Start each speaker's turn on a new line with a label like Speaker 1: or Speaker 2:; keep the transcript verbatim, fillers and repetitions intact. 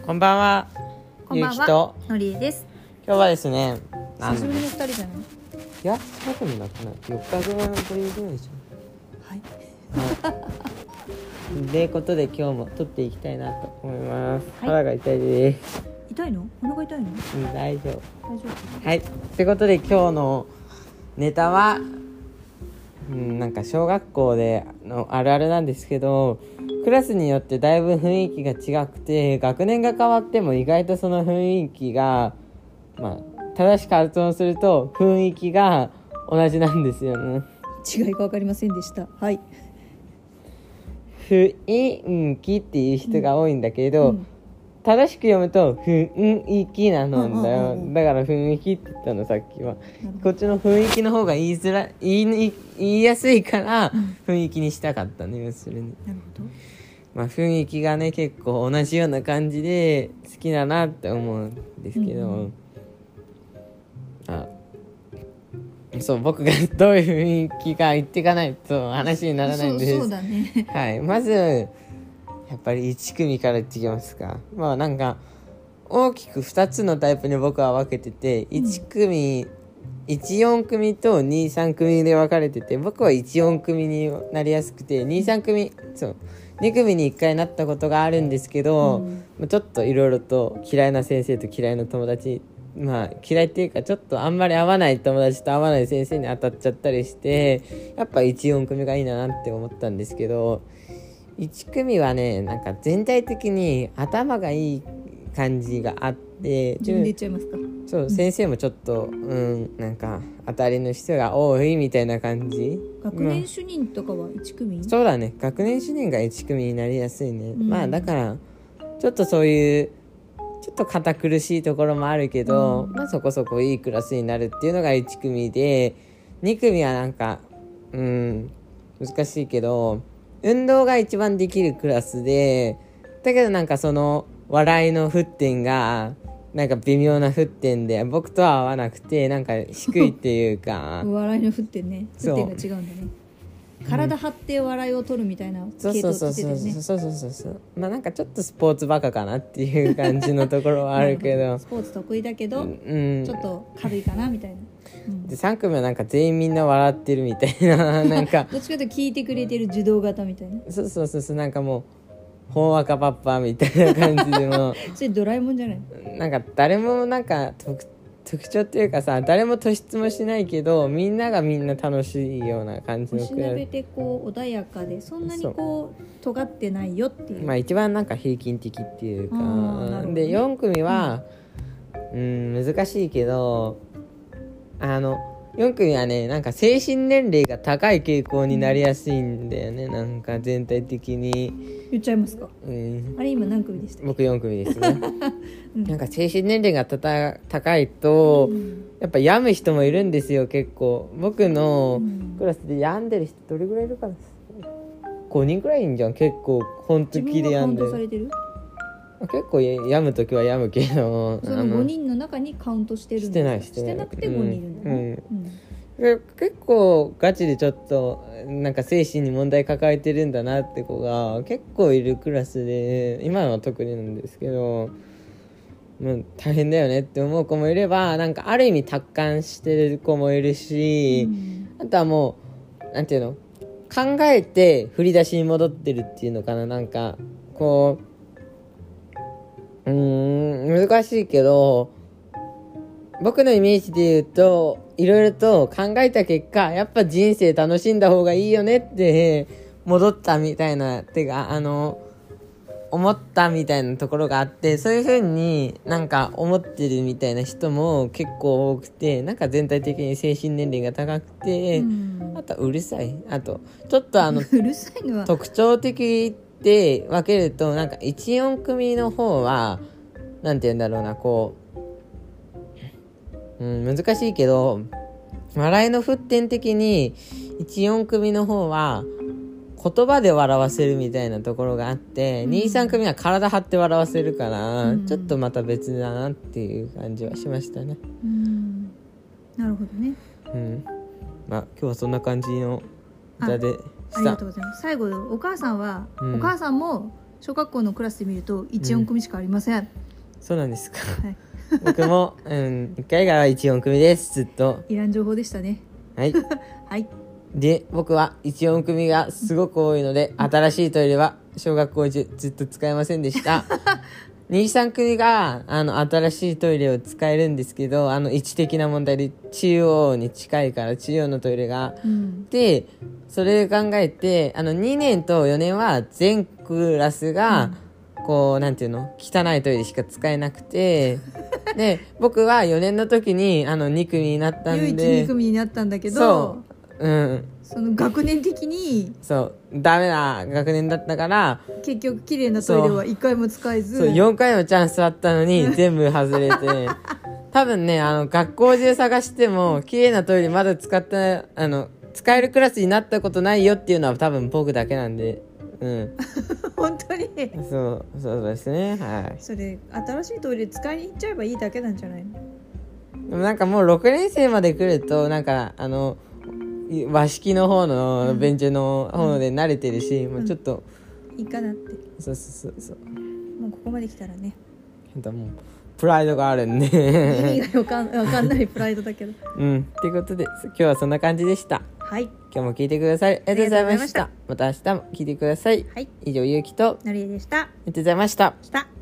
Speaker 1: こんばんは。
Speaker 2: こんばん
Speaker 1: ゆうきと
Speaker 2: は、のりえです。
Speaker 1: 今日はですね、
Speaker 2: 久しぶりの二人じゃない？
Speaker 1: いや、近くになってない。よっかぐらいのぶりぐらいでし
Speaker 2: はい。
Speaker 1: ょ。はい。ということで今日も撮っていきたいなと思います。
Speaker 2: はい
Speaker 1: 腹が痛いです。
Speaker 2: 痛いの？お腹痛いの？
Speaker 1: うん、大丈夫。
Speaker 2: 大丈夫。
Speaker 1: はい。ということで今日のネタは、うん、なんか小学校でのあるあるなんですけど、クラスによってだいぶ雰囲気が違くて、学年が変わっても意外とその雰囲気が、まあ、正しく発音すると雰囲気が同じなんですよね。
Speaker 2: 違いが分かりませんでした。はい。
Speaker 1: 雰囲気っていう人が多いんだけど、
Speaker 2: うん、
Speaker 1: 正しく読むと雰囲気なのんだよ、
Speaker 2: うんうんうんうん、
Speaker 1: だから雰囲気って言ったのさっきは。こっちの雰囲気の方が言いづらい、言い、言いやすいから雰囲気にしたかったね、要するに。
Speaker 2: なるほど。
Speaker 1: まあ、雰囲気がね結構同じような感じで好きだなって思うんですけど、うんうん、あそう僕がどういう雰囲気か言っていかないと話にならないんです。
Speaker 2: そう、そうだね。
Speaker 1: はい、まずやっぱりいち組から言ってきますか。まあなんか大きくふたつのタイプに僕は分けてて、いち組、いちよん組とにさん組で分かれてて、僕はいちよん組になりやすくて、にさん組、そうに組にいっかいなったことがあるんですけど、うん、ちょっといろいろと嫌いな先生と嫌いな友達、まあ嫌いっていうかちょっとあんまり合わない友達と合わない先生に当たっちゃったりして、やっぱいちよん組がいいなって思ったんですけど、いち組はねなんか全体的に頭がいい感じがあって、
Speaker 2: 自分で言っちゃいますか。
Speaker 1: そう、うん、先生もちょっとうんなんか当たりの人が多いみたいな感じ。
Speaker 2: 学年主任とかはいち組、
Speaker 1: まあ、そうだね、学年主任がいち組になりやすいね、うん、まあだからちょっとそういうちょっと堅苦しいところもあるけど、うん、まあそこそこいいクラスになるっていうのがいち組で、に組はなんかうん難しいけど運動が一番できるクラスで、だけどなんかその笑いの沸点がなんか微妙な沸点で僕とは合わなくて、なんか低いっていうか
Speaker 2: 笑いの沸点ね、沸点が違うんだね。体張って笑いを取るみたいな系統って言ってたよね。
Speaker 1: そうそうそうそうそう、まあなんかちょっとスポーツバカかなっていう感じのところはあるけど
Speaker 2: スポーツ得意だけど、うん、ちょっと軽いかなみたいな、
Speaker 1: うん、でさん組はなんか全員みんな笑ってるみたいななんか
Speaker 2: どっちかというと聞いてくれてる受動型みたいな。
Speaker 1: そうそうそうそう、なんかもうほんわかパッパみたいな感じでも
Speaker 2: それドラえもんじゃない？
Speaker 1: なんか誰もなんか特特徴っていうかさ、誰も突出もしないけどみんながみんな楽しいような感じの
Speaker 2: おしなべてこう穏やかでそんなにこう尖ってないよっていう、
Speaker 1: まあ一番なんか平均的っていうか、
Speaker 2: ね、
Speaker 1: でよん組は、うん、うん難しいけどあのよん組はねなんか精神年齢が高い傾向になりやすいんだよね、うん、なんか全体的に。
Speaker 2: 言っちゃいますか、
Speaker 1: うん、
Speaker 2: あれ今何組でしたっけ？
Speaker 1: 僕よん組ですね、うん、なんか精神年齢がたた高いと、うん、やっぱ病む人もいるんですよ結構。僕のクラスで病んでる人どれぐらいいるかな、ごにんくらいいんじゃん結構本当気で病んでる。
Speaker 2: 自分がカウントされてる？
Speaker 1: 結構病む時は病むけど、
Speaker 2: そのごにんの中にカウントしてるんですか？してないしてないしてなくてごにんいるんだね、うんうん
Speaker 1: 結構ガチでちょっとなんか精神に問題抱えてるんだなって子が結構いるクラスで、今のは特になんですけど、もう大変だよねって思う子もいれば、なんかある意味達観してる子もいるし、うん、あとはもうなんていうの、考えて振り出しに戻ってるっていうのかな、なんかこううーん難しいけど、僕のイメージで言うといろいろと考えた結果やっぱ人生楽しんだ方がいいよねって戻ったみたいなてかあの思ったみたいなところがあって、そういう風になんか思ってるみたいな人も結構多くて、なんか全体的に精神年齢が高くて、うん、あとうるさい、あとちょっとあの
Speaker 2: うるさいのは
Speaker 1: 特徴的で分けると、なんかいちよん組の方はなんて言うんだろうな、こう、うん、難しいけど笑いの沸点的にいちよん組の方は言葉で笑わせるみたいなところがあって、うん、にさん組は体張って笑わせるから、うん、ちょっとまた別だなっていう感じはしましたね、
Speaker 2: うん、なるほどね、
Speaker 1: うん、まあ今日はそんな感じの歌でした。
Speaker 2: ありがとうございます。最後お母さんは、うん、お母さんも小学校のクラスで見るといち、よん組しかありません。
Speaker 1: そうなんですか。
Speaker 2: はい。
Speaker 1: 僕も、うん、いっかいがいち、よん組ですずっと。
Speaker 2: いらん情報でしたね。
Speaker 1: はい
Speaker 2: はい。
Speaker 1: で僕はいち、よん組がすごく多いので、新しいトイレは小学校中ずっと使えませんでしたに、さん組があの新しいトイレを使えるんですけど、あの位置的な問題で中央に近いから中央のトイレが、
Speaker 2: うん、
Speaker 1: でそれを考えてあのにねんとよねんは全クラスが、うん、こうなんていうの汚いトイレしか使えなくてで僕はよねんの時にあのに組になったんで、
Speaker 2: 唯一に組になったんだけど、
Speaker 1: そう、うん、
Speaker 2: その学年的に
Speaker 1: そうダメな学年だったから
Speaker 2: 結局綺麗なトイレはいっかいも使えず、
Speaker 1: そうよんかいもチャンスあったのに全部外れて多分ねあの学校中探しても綺麗なトイレまだ使ってあの使えるクラスになったことないよっていうのは多分僕だけなんで、うん、
Speaker 2: 本当に
Speaker 1: そうそうですね。はい。
Speaker 2: それ新しいトイレ使いに行っちゃえばいいだけなんじゃないの？
Speaker 1: でもなんかもうろくねん生まで来るとなんかあの和式の方のベンチの方で慣れてるし、うん、もうちょっと、
Speaker 2: うん、いいかなって。
Speaker 1: そうそうそうそう。
Speaker 2: もうここまで来たらね。
Speaker 1: もうプライドがあるんで
Speaker 2: 意味がわかん、わかんないプライドだけど。
Speaker 1: うんということで今日はそんな感じでした。
Speaker 2: はい。
Speaker 1: 今日も聞いてくださりありがとうございました。また明日も聞いてください。
Speaker 2: はい。
Speaker 1: 以上ゆうきと
Speaker 2: なりえでした。あ
Speaker 1: りがとうございました。
Speaker 2: した。